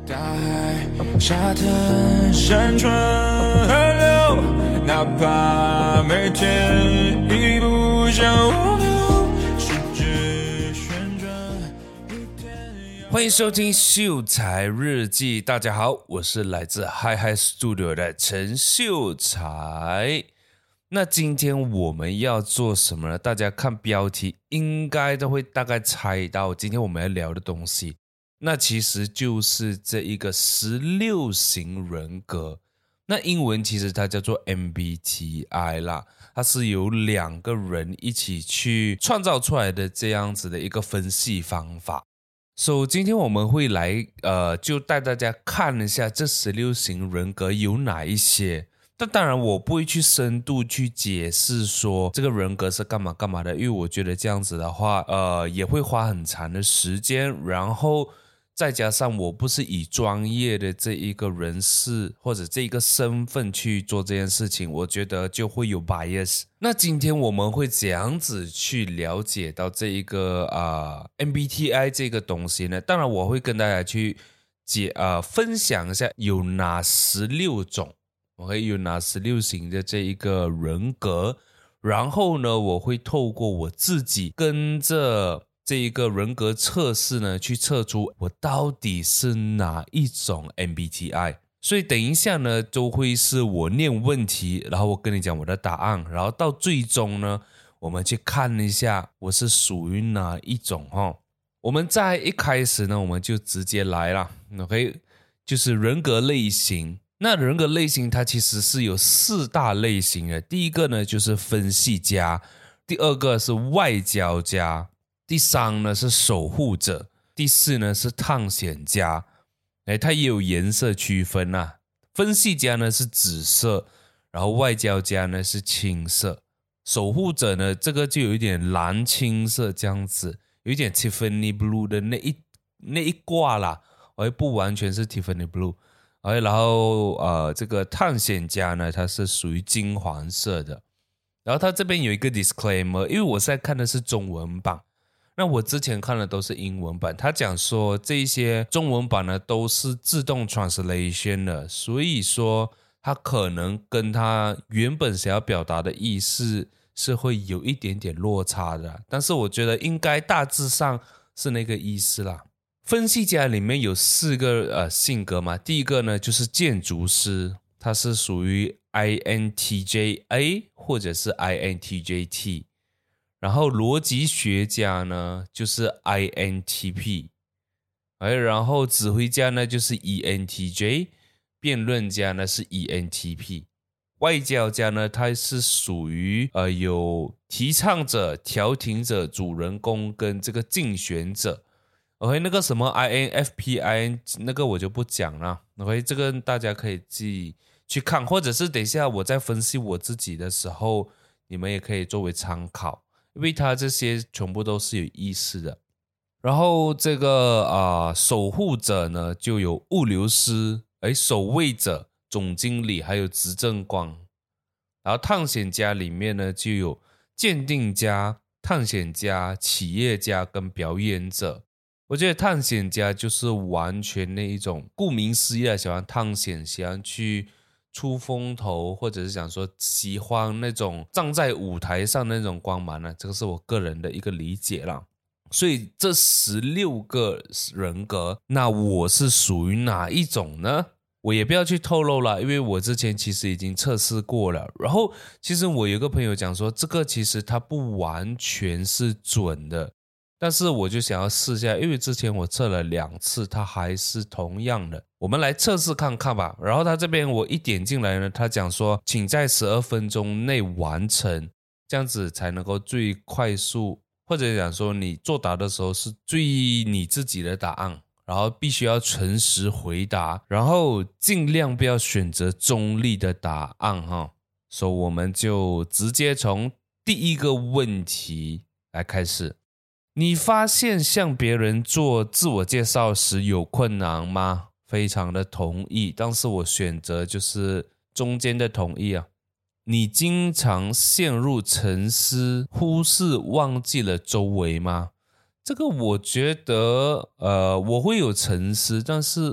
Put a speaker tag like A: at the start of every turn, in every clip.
A: 大海、沙滩、山川、河流，哪怕每天一不想忘忧，世界旋转一天。
B: 欢迎收听秀才日记，大家好，我是来自 Hi Studio 的陈秀才。那今天我们要做什么呢？大家看标题应该都会大概猜到今天我们要聊的东西，那其实就是这一个16型人格。那英文其实它叫做 MBTI 啦，它是由2个人一起去创造出来的这样子的一个分析方法。今天我们会来就带大家看一下这16型人格有哪一些。但当然我不会去深度去解释说这个人格是干嘛干嘛的，因为我觉得这样子的话也会花很长的时间，然后再加上我不是以专业的这一个人士或者这一个身份去做这件事情，我觉得就会有 bias。 那今天我们会怎样子去了解到这一个MBTI 这个东西呢？当然我会跟大家去分享一下有哪16种，我会有哪16型的这一个人格，然后呢我会透过我自己跟着这一个人格测试呢去测出我到底是哪一种 MBTI。 所以等一下呢都会是我念问题，然后我跟你讲我的答案，然后到最终呢我们去看一下我是属于哪一种我们在一开始呢我们就直接来了 OK， 就是人格类型。那人格类型它其实是有4大类型的。第一个呢就是分析家，第二个是外交家，第3呢是守护者，第4呢是探险家。它也有颜色区分啊，分析家呢是紫色，然后外交家呢是青色，守护者呢这个就有一点蓝青色这样子，有一点 Tiffany Blue 的那一挂啦，不完全是 Tiffany Blue。然后这个探险家呢它是属于金黄色的。然后它这边有一个 disclaimer， 因为我现在看的是中文版，那我之前看的都是英文版，他讲说这些中文版呢都是自动 translation 的，所以说它可能跟他原本想要表达的意思是会有一点点落差的，但是我觉得应该大致上是那个意思啦。分析家里面有4个性格嘛，第一个呢就是建筑师，他是属于 INTJ-A 或者是 INTJ-T。 然后逻辑学家呢就是 INTP， 然后指挥家呢就是 ENTJ， 辩论家呢是 ENTP。 外交家呢他是属于有提倡者、调停者、主人公跟这个竞选者。OK， 那个什么 INFP 那个我就不讲了。OK， 这个大家可以自己去看，或者是等一下我在分析我自己的时候你们也可以作为参考，因为它这些全部都是有意思的。然后这个守护者呢就有物流师、守卫者、总经理还有执政官。然后探险家里面呢就有鉴定家、探险家、企业家跟表演者。我觉得探险家就是完全那一种顾名思义的喜欢探险，喜欢去出风头，或者是讲说喜欢那种站在舞台上那种光芒呢，这个是我个人的一个理解啦。所以这16个人格，那我是属于哪一种呢？我也不要去透露了，因为我之前其实已经测试过了。然后其实我有个朋友讲说这个其实它不完全是准的，但是我就想要试下，因为之前我测了2次它还是同样的，我们来测试看看吧。然后他这边我一点进来呢，他讲说请在12分钟内完成，这样子才能够最快速，或者讲说你作答的时候是最你自己的答案，然后必须要诚实回答，然后尽量不要选择中立的答案所以我们就直接从第一个问题来开始。你发现向别人做自我介绍时有困难吗？非常的同意，但是我选择就是中间的同意啊。你经常陷入沉思，忽视忘记了周围吗？这个我觉得我会有沉思，但是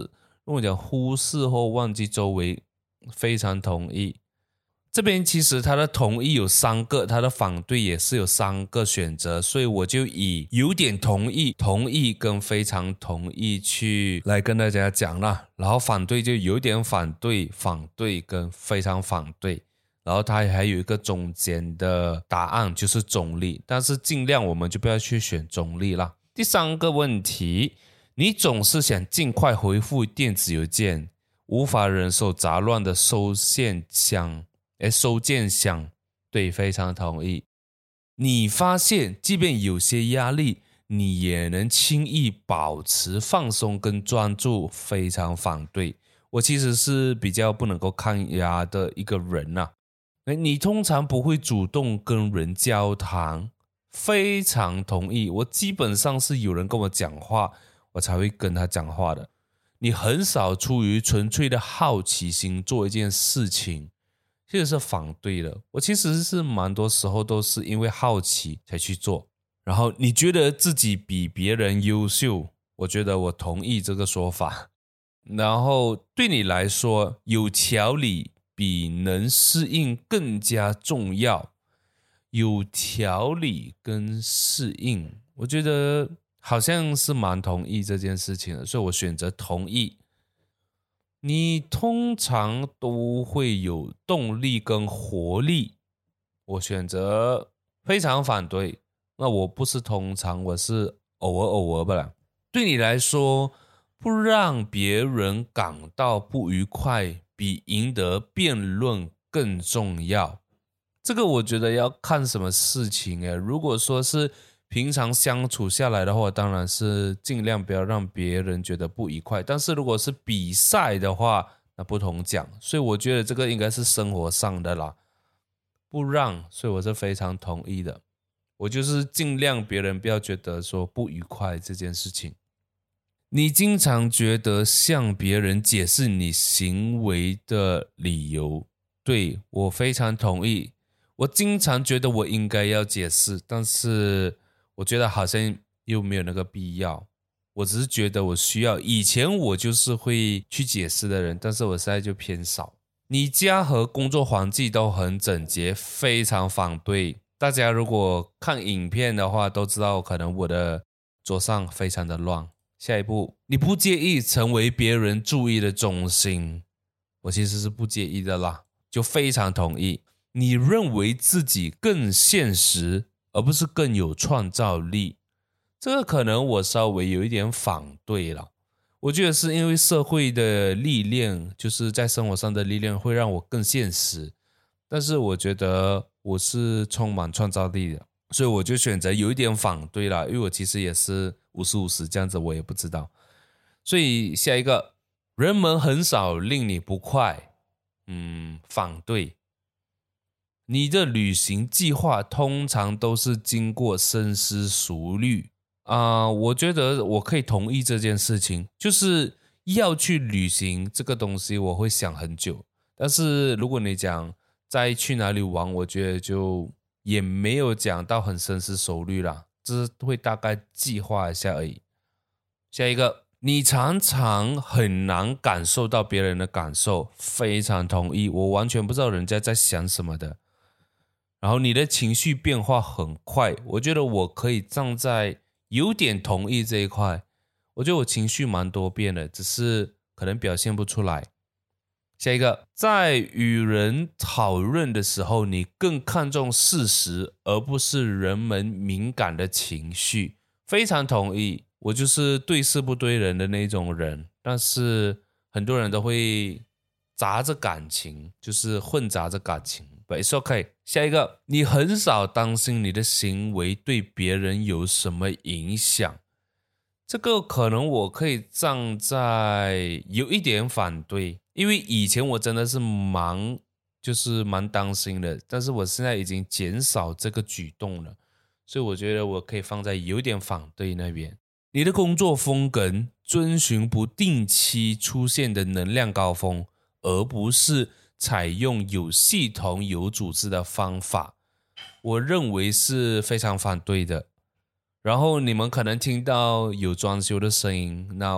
B: 如果讲忽视或忘记周围，非常同意。这边其实他的同意有3个，他的反对也是有3个选择，所以我就以有点同意、同意跟非常同意去来跟大家讲啦。然后反对就有点反对、反对跟非常反对，然后它还有一个中间的答案就是中立，但是尽量我们就不要去选中立啦。第3个问题，你总是想尽快回复电子邮件，无法忍受杂乱的收件箱。对，非常同意。你发现即便有些压力，你也能轻易保持放松跟专注，非常反对。我其实是比较不能够抗压的一个人啊。你通常不会主动跟人交谈，非常同意。我基本上是有人跟我讲话，我才会跟他讲话的。你很少出于纯粹的好奇心做一件事情，其实是反对的。我其实是蛮多时候都是因为好奇才去做。然后你觉得自己比别人优秀，我觉得我同意这个说法。然后对你来说，有条理比能适应更加重要。有条理跟适应，我觉得好像是蛮同意这件事情的，所以我选择同意。你通常都会有动力跟活力，我选择非常反对。那我不是通常，我是偶尔吧。对你来说，不让别人感到不愉快比赢得辩论更重要。这个我觉得要看什么事情耶。如果说是平常相处下来的话，当然是尽量不要让别人觉得不愉快。但是如果是比赛的话，那不同讲。所以我觉得这个应该是生活上的啦，不让，所以我是非常同意的。我就是尽量别人不要觉得说不愉快这件事情。你经常觉得向别人解释你行为的理由，对，我非常同意。我经常觉得我应该要解释，但是我觉得好像又没有那个必要。我只是觉得我需要，以前我就是会去解释的人，但是我现在就偏少。你家和工作环境都很整洁，非常反对。大家如果看影片的话都知道，可能我的桌上非常的乱。下一步，你不介意成为别人注意的中心，我其实是不介意的啦，就非常同意。你认为自己更现实，而不是更有创造力，这个可能我稍微有一点反对了。我觉得是因为社会的历练，就是在生活上的历练会让我更现实，但是我觉得我是充满创造力的，所以我就选择有一点反对啦，因为我其实也是50-50这样子，我也不知道。所以下一个，人们很少令你不快，反对。你的旅行计划通常都是经过深思熟虑我觉得我可以同意这件事情，就是要去旅行这个东西我会想很久，但是如果你讲再去哪里玩，我觉得就也没有讲到很深思熟虑啦，只是会大概计划一下而已。下一个，你常常很难感受到别人的感受，非常同意，我完全不知道人家在想什么的。然后你的情绪变化很快，我觉得我可以站在有点同意这一块。我觉得我情绪蛮多变的，只是可能表现不出来。下一个，在与人讨论的时候，你更看重事实，而不是人们敏感的情绪。非常同意，我就是对事不对人的那种人，但是很多人都会杂着感情，就是混杂着感情。But it's okay。下一个，你很少担心你的行为对别人有什么影响。这个可能我可以站在有一点反对，因为以前我真的是蛮担心的，但是我现在已经减少这个举动了，所以我觉得我可以放在有点反对那边。你的工作风格遵循不定期出现的能量高峰，而不是采用有系统有组织的方法，我认为是非常反对的。然后你们可能听到有装修的声音，那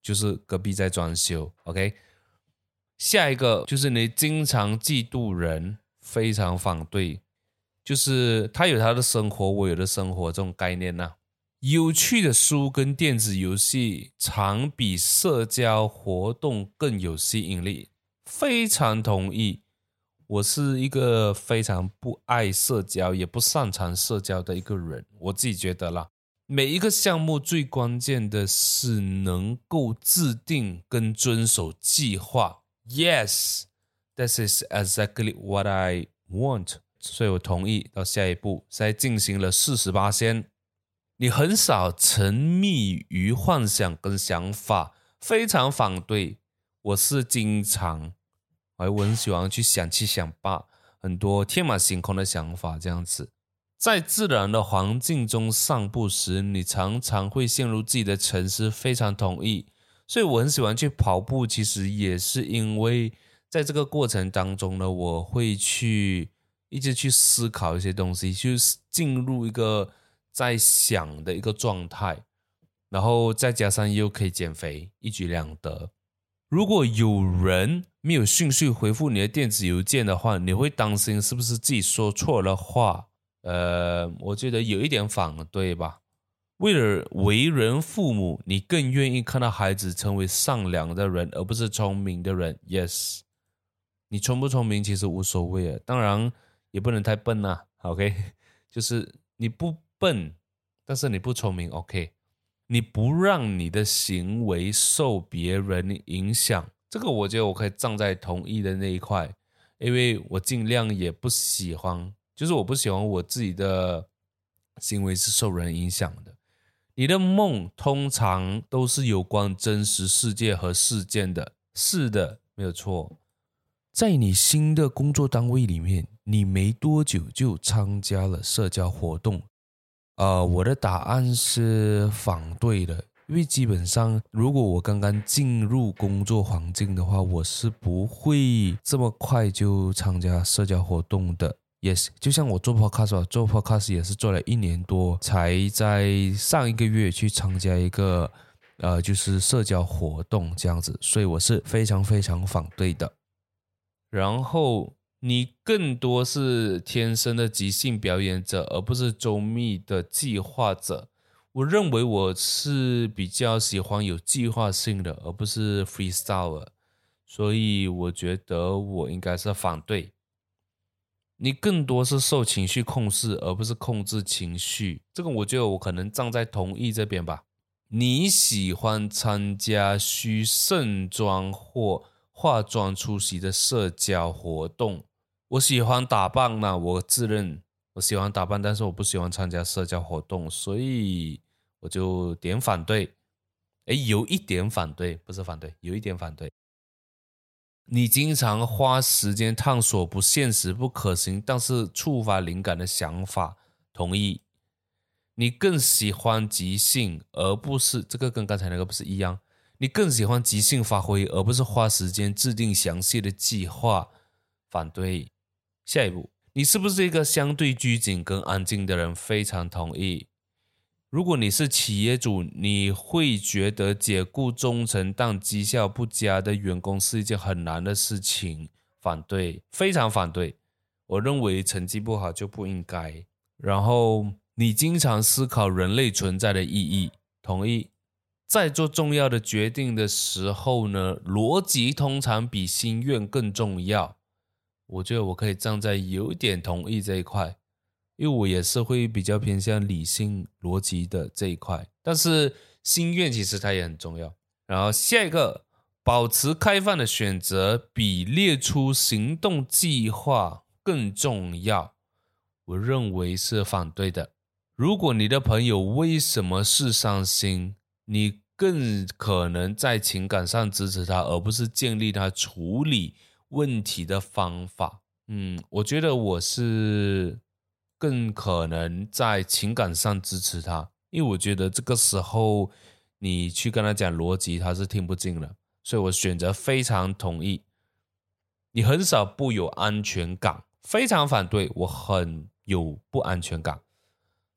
B: 就是隔壁在装修 OK。 下一个就是你经常嫉妒人，非常反对，就是他有他的生活，我有的生活这种概念啊。有趣的书跟电子游戏常比社交活动更有吸引力，非常同意。我是一个非常不爱社交也不擅长社交的一个人，我自己觉得啦。每一个项目最关键的是能够制定跟遵守计划。 Yes, that is exactly what I want。 所以我同意到下一步，现在进行了40%。你很少沉迷于幻想跟想法，非常反对。我是经常我很喜欢去想七想八，很多天马行空的想法这样子。在自然的环境中散步时，你常常会陷入自己的沉思，非常同意。所以我很喜欢去跑步，其实也是因为在这个过程当中呢，我会一直去思考一些东西，就是进入一个在想的一个状态，然后再加上又可以减肥，一举两得。如果有人没有迅速回复你的电子邮件的话，你会担心是不是自己说错了话？我觉得有一点反对吧。为了为人父母，你更愿意看到孩子成为善良的人，而不是聪明的人。 Yes， 你聪不聪明其实无所谓，当然也不能太笨啊 OK， 就是你不笨，但是你不聪明 OK， 你不让你的行为受别人影响，这个我觉得我可以站在同意的那一块，因为我尽量也不喜欢，就是我不喜欢我自己的行为是受人影响的。你的梦通常都是有关真实世界和事件的，是的，没有错。在你新的工作单位里面，你没多久就参加了社交活动。我的答案是反对的，因为基本上如果我刚刚进入工作环境的话，我是不会这么快就参加社交活动的。Yes， 就像我做 podcast 也是做了1年多，才在上一个月去参加一个就是社交活动这样子，所以我是非常非常反对的。然后你更多是天生的即兴表演者，而不是周密的计划者。我认为我是比较喜欢有计划性的，而不是 freestyle， 所以我觉得我应该是反对。你更多是受情绪控制，而不是控制情绪，这个我觉得我可能站在同意这边吧。你喜欢参加需盛装或化妆出席的社交活动。我喜欢打扮嘛，我自认我喜欢打扮，但是我不喜欢参加社交活动，所以我就点反对。有一点反对，不是反对，有一点反对。你经常花时间探索不现实不可行但是触发灵感的想法，同意。你更喜欢即兴而不是，这个跟刚才那个不是一样，你更喜欢即兴发挥而不是花时间制定详细的计划，反对。下一步，你是不是一个相对拘谨跟安静的人，非常同意。如果你是企业主，你会觉得解雇忠诚但绩效不佳的员工是一件很难的事情，反对，非常反对。我认为成绩不好就不应该。然后你经常思考人类存在的意义，同意。在做重要的决定的时候呢，逻辑通常比心愿更重要。我觉得我可以站在有点同意这一块，因为我也是会比较偏向理性逻辑的这一块，但是心愿其实它也很重要。然后下一个，保持开放的选择比列出行动计划更重要，我认为是反对的。如果你的朋友为什么是伤心，你更可能在情感上支持他，而不是建立他处理问题的方法。我觉得我是更可能在情感上支持他，因为我觉得这个时候你去跟他讲逻辑他是听不进了，所以我选择非常同意。你很少不有安全感，非常反对，我很有不安全感。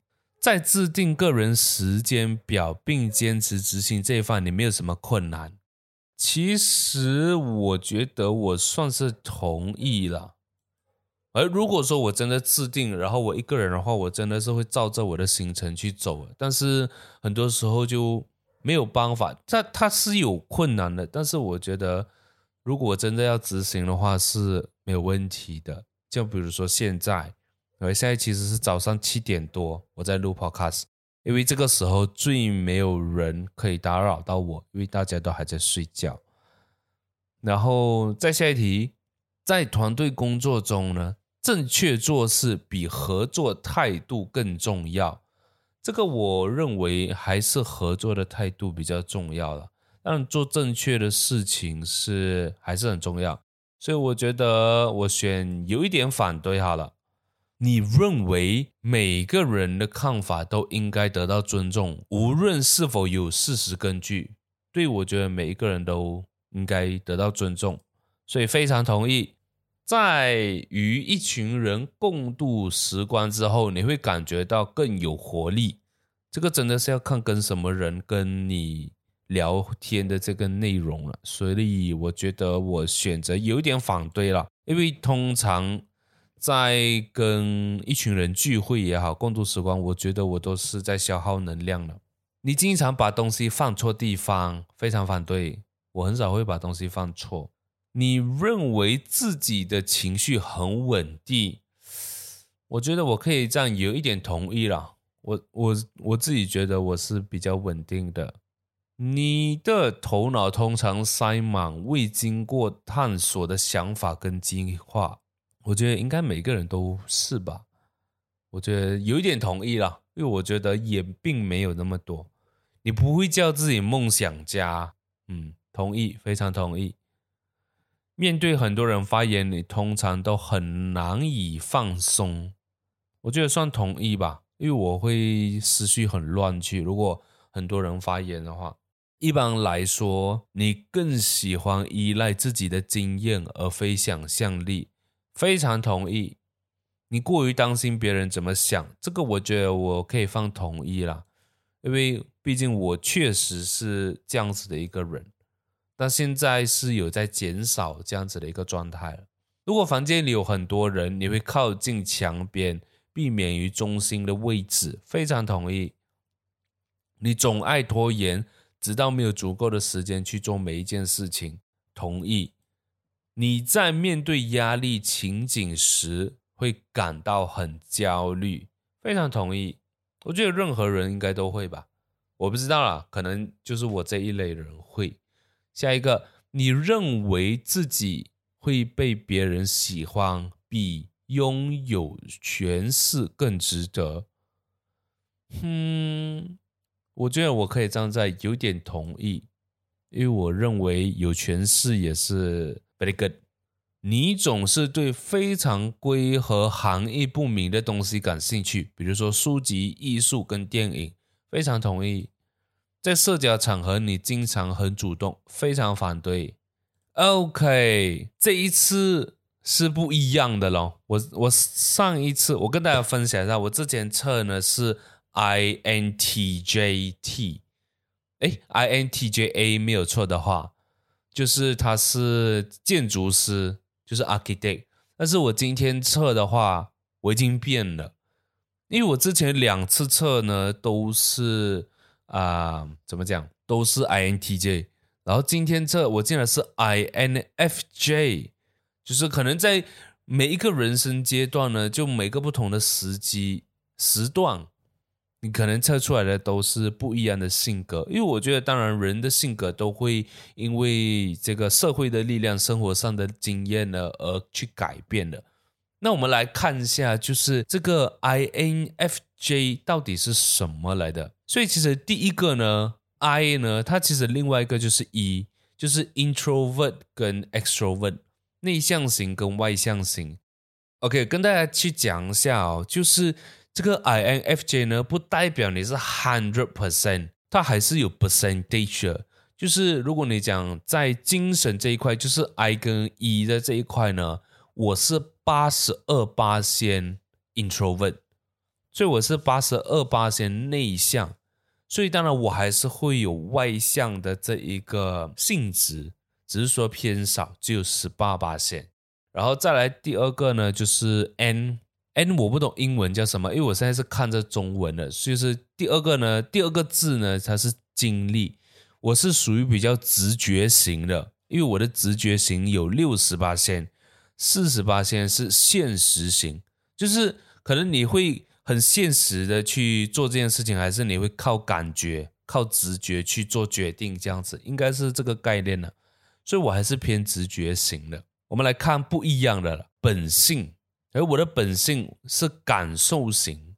B: 在制定个人时间表并坚持执行这一方面，你没有什么困难？其实我觉得我算是同意了。而如果说我真的制定，然后我一个人的话，我真的是会照着我的行程去走，但是很多时候就没有办法，它是有困难的，但是我觉得如果真的要执行的话是没有问题的。就比如说现在其实是早上7点多我在录 podcast， 因为这个时候最没有人可以打扰到我，因为大家都还在睡觉。然后再下一题，在团队工作中呢，正确做事比合作态度更重要。这个我认为还是合作的态度比较重要了，当然做正确的事情还是很重要，所以我觉得我选有一点反对好了。你认为每个人的看法都应该得到尊重，无论是否有事实根据。对，我觉得每一个人都应该得到尊重，所以非常同意。在与一群人共度时光之后，你会感觉到更有活力。这个真的是要看跟什么人跟你聊天的这个内容了，所以我觉得我选择有点反对了。因为通常在跟一群人聚会也好，共度时光，我觉得我都是在消耗能量了。你经常把东西放错地方，非常反对。我很少会把东西放错。你认为自己的情绪很稳定，我觉得我可以这样有一点同意啦。我自己觉得我是比较稳定的。你的头脑通常塞满未经过探索的想法跟计划，我觉得应该每个人都是吧。我觉得有一点同意啦，因为我觉得也并没有那么多。你不会叫自己梦想家，同意，非常同意。面对很多人发言，你通常都很难以放松，我觉得算同意吧，因为我会思绪很乱去，如果很多人发言的话。一般来说，你更喜欢依赖自己的经验而非想象力，非常同意。你过于担心别人怎么想，这个我觉得我可以放同意啦，因为毕竟我确实是这样子的一个人。但现在是有在减少这样子的一个状态了。如果房间里有很多人，你会靠近墙边，避免于中心的位置，非常同意。你总爱拖延，直到没有足够的时间去做每一件事情，同意。你在面对压力情景时会感到很焦虑，非常同意。我觉得任何人应该都会吧，我不知道啦，可能就是我这一类人会。下一个，你认为自己会被别人喜欢比拥有权势更值得？我觉得我可以站在有点同意，因为我认为有权势也是 very good。你总是对非常规和含义不明的东西感兴趣，比如说书籍、艺术跟电影，非常同意。在社交场合你经常很主动，非常反对。OK， 这一次是不一样的咯。我上一次我跟大家分享一下，我之前测呢是 INTJT，INTJA 没有错的话，就是他是建筑师，就是 architect。但是我今天测的话，我已经变了，因为我之前2次测呢都是怎么讲，都是 INTJ， 然后今天测我竟然是 INFJ， 就是可能在每一个人生阶段呢，就每个不同的时段，你可能测出来的都是不一样的性格。因为我觉得当然人的性格都会因为这个社会的力量、生活上的经验呢而去改变的。那我们来看一下，就是这个 INFJ 到底是什么来的。所以其实第一个呢 I 呢，它其实另外一个就是 E， 就是 introvert 跟 extrovert， 内向型跟外向型。 OK， 跟大家去讲一下哦，就是这个 INFJ 呢不代表你是 100%， 它还是有 percentage 的。就是如果你讲在精神这一块，就是 I 跟 E 的这一块呢，我是82% introvert， 所以我是82%内向，所以当然我还是会有外向的这一个性质，只是说偏少，只有18%。然后再来第二个呢，就是 N 我不懂英文叫什么，因为我现在是看着中文的，所以是第二个字呢，它是精力。我是属于比较直觉型的，因为我的直觉型有60%， 40%是现实型，就是可能你会很现实的去做这件事情，还是你会靠感觉靠直觉去做决定，这样子应该是这个概念了。所以我还是偏直觉型的。我们来看不一样的了，本性。而我的本性是感受型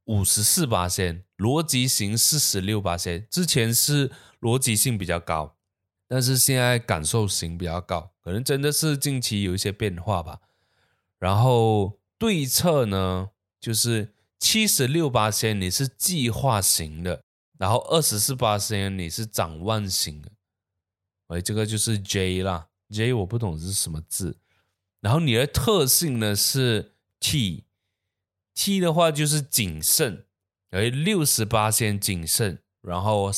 B: 54%， 逻辑型 46%， 之前是逻辑性比较高，但是现在感受型比较高，可能真的是近期有一些变化吧。然后对策呢，就是76%你是计划型的，然后24%你是展望型的。这个就是 J 啦， J 我不懂是什么字。然后你的特性呢是 T 的话就是谨慎，60%谨慎，然后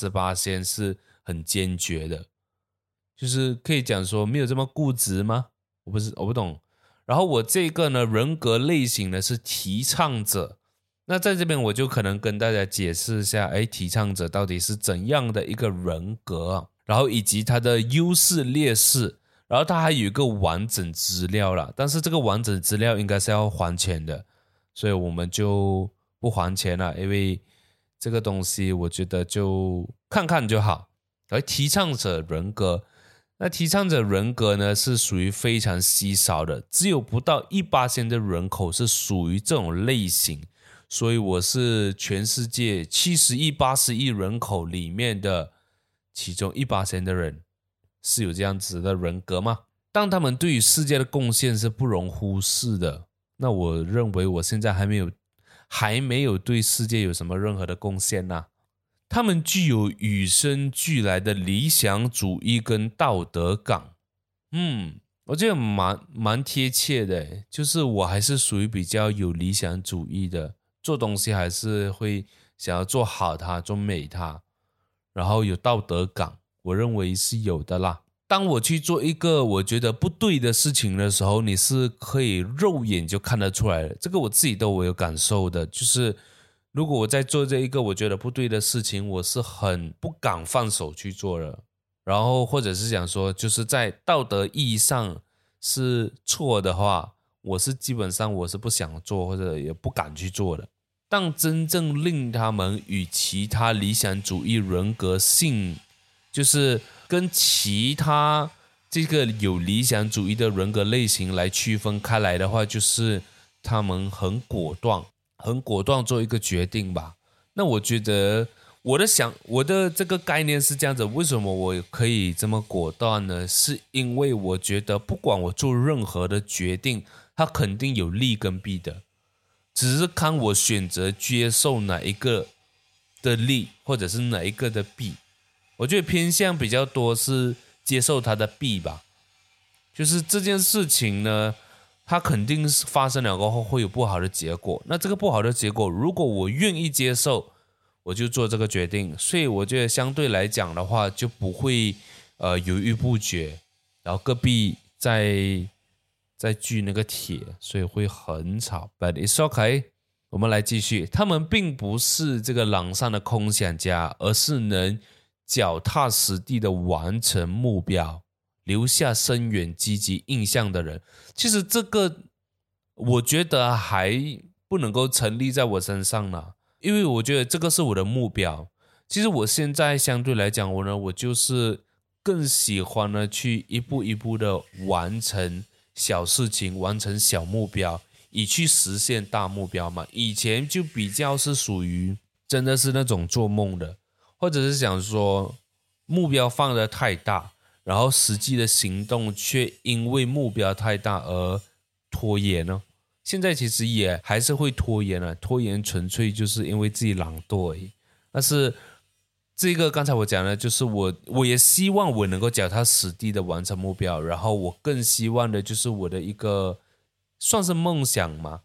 B: 30%是很坚决的，就是可以讲说没有这么固执吗？我不懂。然后我这个呢，人格类型呢是提倡者。那在这边我就可能跟大家解释一下，提倡者到底是怎样的一个人格啊，然后以及他的优势劣势，然后他还有一个完整资料啦，但是这个完整资料应该是要还钱的，所以我们就不还钱了，因为这个东西我觉得就看看就好。而提倡者人格，那提倡者人格呢是属于非常稀少的，只有不到 1% 的人口是属于这种类型，所以我是全世界70亿80亿人口里面的其中 1% 的人是有这样子的人格吗？但他们对于世界的贡献是不容忽视的。那我认为我现在还没有对世界有什么任何的贡献啊。他们具有与生俱来的理想主义跟道德感。我觉得蛮贴切的，就是我还是属于比较有理想主义的，做东西还是会想要做好它，做美它，然后有道德感，我认为是有的啦。当我去做一个我觉得不对的事情的时候，你是可以肉眼就看得出来的，这个我自己都有感受的，就是如果我在做这一个我觉得不对的事情，我是很不敢放手去做的，然后或者是讲说就是在道德意义上是错的话，我是基本上我是不想做或者也不敢去做的。但真正令他们与其他理想主义人格性，就是跟其他这个有理想主义的人格类型来区分开来的话，就是他们很果断做一个决定吧。那我觉得我的这个概念是这样子，为什么我可以这么果断呢？是因为我觉得不管我做任何的决定，它肯定有利跟弊的，只是看我选择接受哪一个的利，或者是哪一个的弊。我觉得偏向比较多是接受它的弊吧，就是这件事情呢，它肯定是发生了过后会有不好的结果，那这个不好的结果如果我愿意接受，我就做这个决定，所以我觉得相对来讲的话就不会犹豫不决，然后隔壁在锯那个铁，所以会很吵。 But it's okay， 我们来继续。他们并不是这个朗上的空想家，而是能脚踏实地的完成目标，留下深远积极印象的人。其实这个我觉得还不能够成立在我身上呢，因为我觉得这个是我的目标。其实我现在相对来讲我就是更喜欢呢去一步一步的完成小事情，完成小目标，以去实现大目标嘛。以前就比较是属于真的是那种做梦的，或者是想说目标放得太大，然后实际的行动却因为目标太大而拖延呢。现在其实也还是会拖延了，拖延纯粹就是因为自己懒惰而已。但是这个刚才我讲的就是我也希望我能够脚踏实地的完成目标，然后我更希望的就是我的一个算是梦想嘛，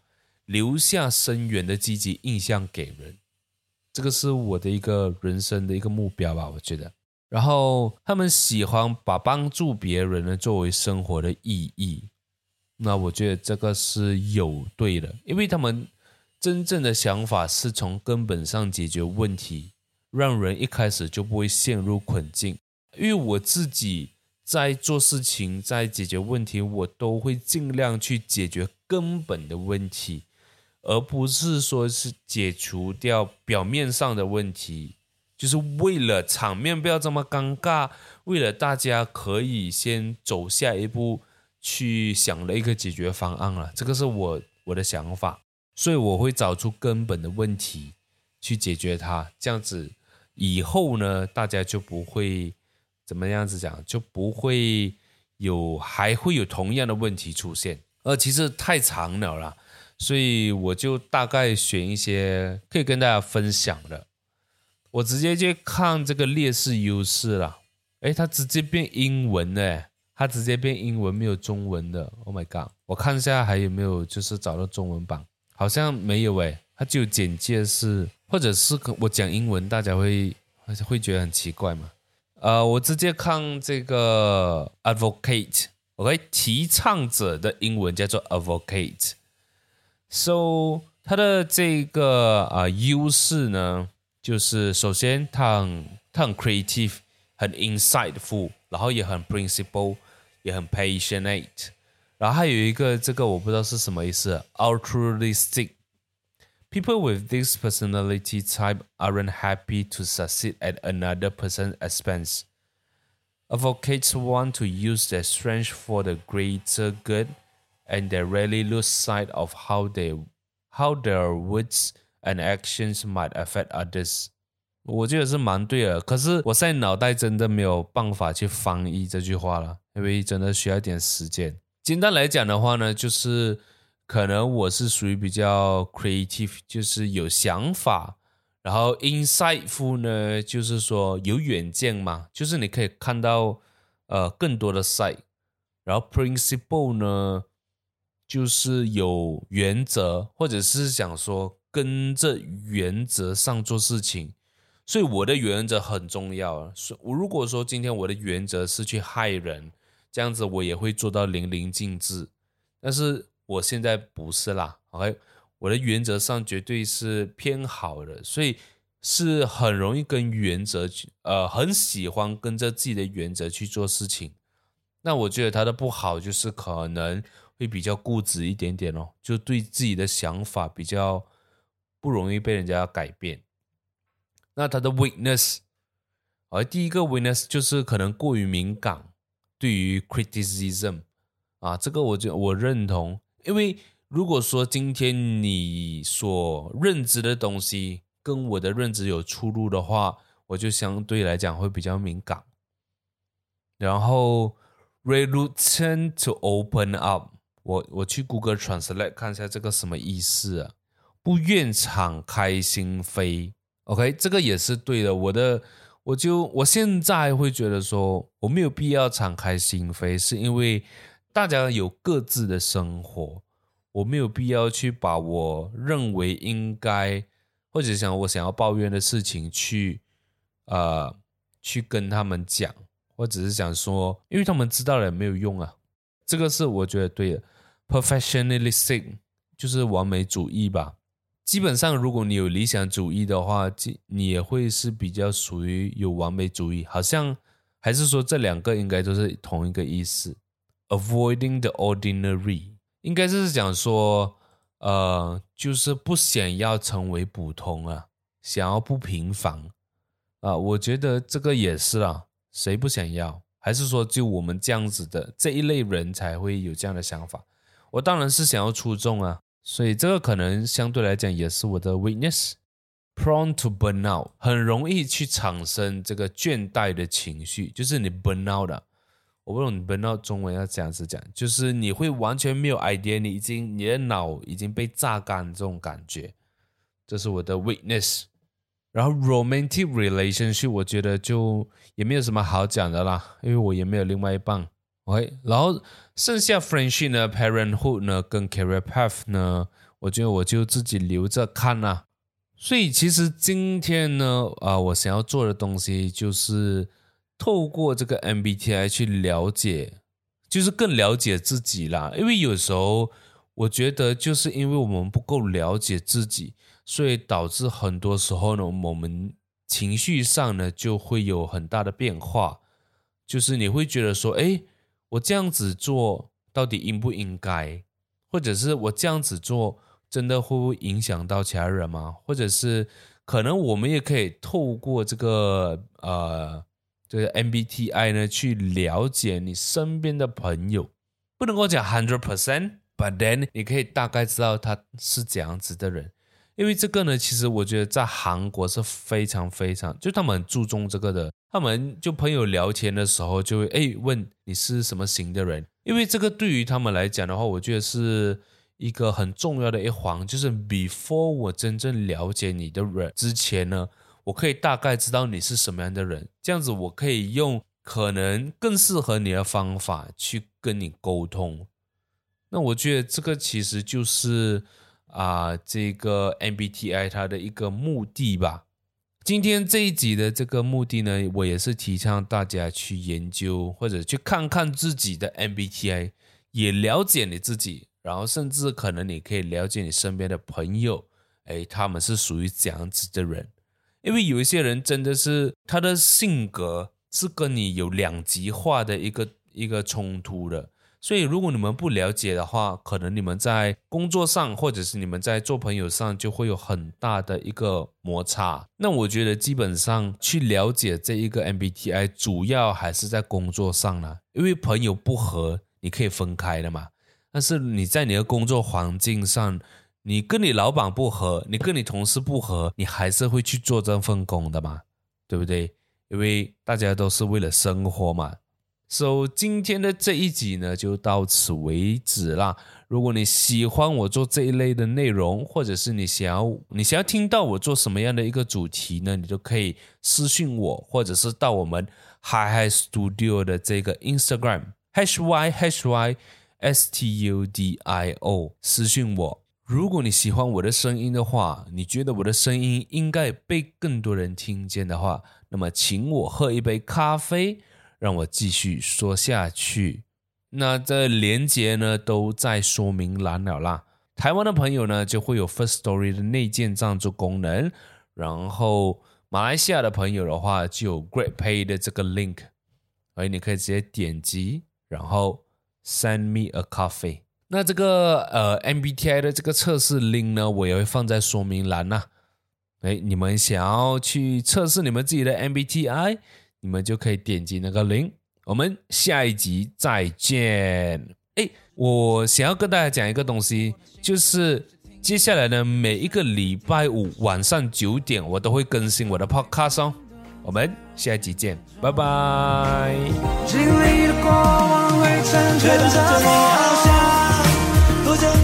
B: 留下深远的积极印象给人。这个是我的一个人生的一个目标吧，我觉得。然后他们喜欢把帮助别人呢作为生活的意义，那我觉得这个是有对的，因为他们真正的想法是从根本上解决问题，让人一开始就不会陷入困境。因为我自己在做事情，在解决问题，我都会尽量去解决根本的问题，而不是说是解除掉表面上的问题，就是为了场面不要这么尴尬，为了大家可以先走下一步去想了一个解决方案了。这个是我的想法，所以我会找出根本的问题去解决它，这样子以后呢，大家就不会怎么样子讲，就不会还会有同样的问题出现。其实太长了啦，所以我就大概选一些可以跟大家分享的。我直接去看这个劣势优势啦，它直接变英文了，它直接变英文，没有中文的。Oh my god， 我看一下还有没有就是找到中文版，好像没有它只有简介是，或者是我讲英文大家会觉得很奇怪嘛。我直接看这个 advocate，OK， 提倡者的英文叫做 advocate。So 它的这个优势呢，就是首先它很 creative， 很 insightful， 然后也很 principle， 也很 passionate， 然后还有一个这个我不知道是什么意思 altruistic。People with this personality type aren't happy to succeed at another person's expense. Advocates want to use their strength for the greater good, and they rarely lose sight of how their words and actions might affect others. 我觉得是蛮对的，可是我现在脑袋真的没有办法去翻译这句话了，因为真的需要一点时间。简单来讲的话呢，就是可能我是属于比较 creative， 就是有想法，然后 insightful 呢，就是说有远见嘛，就是你可以看到更多的 side， 然后 principle 呢，就是有原则，或者是想说跟着原则上做事情，所以我的原则很重要。如果说今天我的原则是去害人，这样子我也会做到淋漓尽致，但是我现在不是啦 ，OK， 我的原则上绝对是偏好的，所以是很容易跟原则很喜欢跟着自己的原则去做事情。那我觉得他的不好就是可能会比较固执一点点就对自己的想法比较不容易被人家改变。那他的 weakness， 第一个 weakness 就是可能过于敏感，对于 criticism 这个我认同。因为如果说今天你所认知的东西跟我的认知有出入的话，我就相对来讲会比较敏感。然后 reluctant to open up， 我去 Google Translate 看一下这个什么意思啊？不愿敞开心扉。OK， 这个也是对的。我现在会觉得说我没有必要敞开心扉，是因为大家有各自的生活，我没有必要去把我认为应该或者我想要抱怨的事情去跟他们讲，或者是想说因为他们知道了也没有用啊。这个是我觉得对的。 Perfectionistic 就是完美主义吧。基本上如果你有理想主义的话，你也会是比较属于有完美主义，好像还是说这两个应该都是同一个意思。Avoiding the ordinary 应该是讲说就是不想要成为普通啊，想要不平凡我觉得这个也是啦，谁不想要？还是说就我们这样子的这一类人才会有这样的想法？我当然是想要出众啊，所以这个可能相对来讲也是我的 weakness。 Prone to burn out， 很容易去产生这个倦怠的情绪，就是你 burn out 了。我不懂你 burn out 中文要这样子讲，就是你会完全没有 idea， 你的脑已经被榨干这种感觉，这是我的 weakness。 然后 romantic relationship 我觉得就也没有什么好讲的啦，因为我也没有另外一半 OK。 然后剩下 friendship 呢 parenthood 呢跟 career path 呢， 我觉得我就自己留着看啦。所以其实今天呢，我想要做的东西就是透过这个 MBTI 去了解，就是更了解自己啦。因为有时候我觉得就是因为我们不够了解自己，所以导致很多时候呢，我们情绪上呢就会有很大的变化。就是你会觉得说，诶，我这样子做到底应不应该？或者是我这样子做真的会不会影响到其他人吗？或者是可能我们也可以透过这个MBTI 呢去了解你身边的朋友，不能够讲 100%，but then 你可以大概知道他是怎样子的人。因为这个呢，其实我觉得在韩国是非常非常，就他们很注重这个的。他们就朋友聊天的时候就会问你是什么型的人，因为这个对于他们来讲的话，我觉得是一个很重要的一环，就是 before 我真正了解你的人之前呢，我可以大概知道你是什么样的人，这样子我可以用可能更适合你的方法去跟你沟通。那我觉得这个其实就是这个 MBTI 它的一个目的吧。今天这一集的这个目的呢，我也是提倡大家去研究或者去看看自己的 MBTI， 也了解你自己，然后甚至可能你可以了解你身边的朋友，他们是属于怎样子的人。因为有一些人真的是他的性格是跟你有两极化的一个冲突的，所以如果你们不了解的话，可能你们在工作上或者是你们在做朋友上就会有很大的一个摩擦。那我觉得基本上去了解这一个 MBTI 主要还是在工作上啦，因为朋友不合你可以分开的嘛，但是你在你的工作环境上，你跟你老板不合，你跟你同事不合，你还是会去做这份工的嘛，对不对？因为大家都是为了生活嘛。So 今天的这一集呢就到此为止啦。如果你喜欢我做这一类的内容，或者是你想要听到我做什么样的一个主题呢，你都可以私讯我，或者是到我们 Hi Hi Studio 的这个 Instagram #HYStudio 私讯我。如果你喜欢我的声音的话，你觉得我的声音应该被更多人听见的话，那么请我喝一杯咖啡，让我继续说下去。那这连结呢都在说明栏了啦。台湾的朋友呢就会有 Firstory 的内建赞助功能，然后马来西亚的朋友的话就有 GrabPay 的这个 link， 所以你可以直接点击，然后 Send me a coffee。那这个MBTI 的这个测试 link 呢，我也会放在说明栏啦。你们想要去测试你们自己的 MBTI， 你们就可以点击那个 link。我们下一集再见。我想要跟大家讲一个东西，就是接下来的每一个礼拜五晚上9点，我都会更新我的 podcast 哦。我们下一集见，拜拜。经历的过往会成全着你翱翔，不见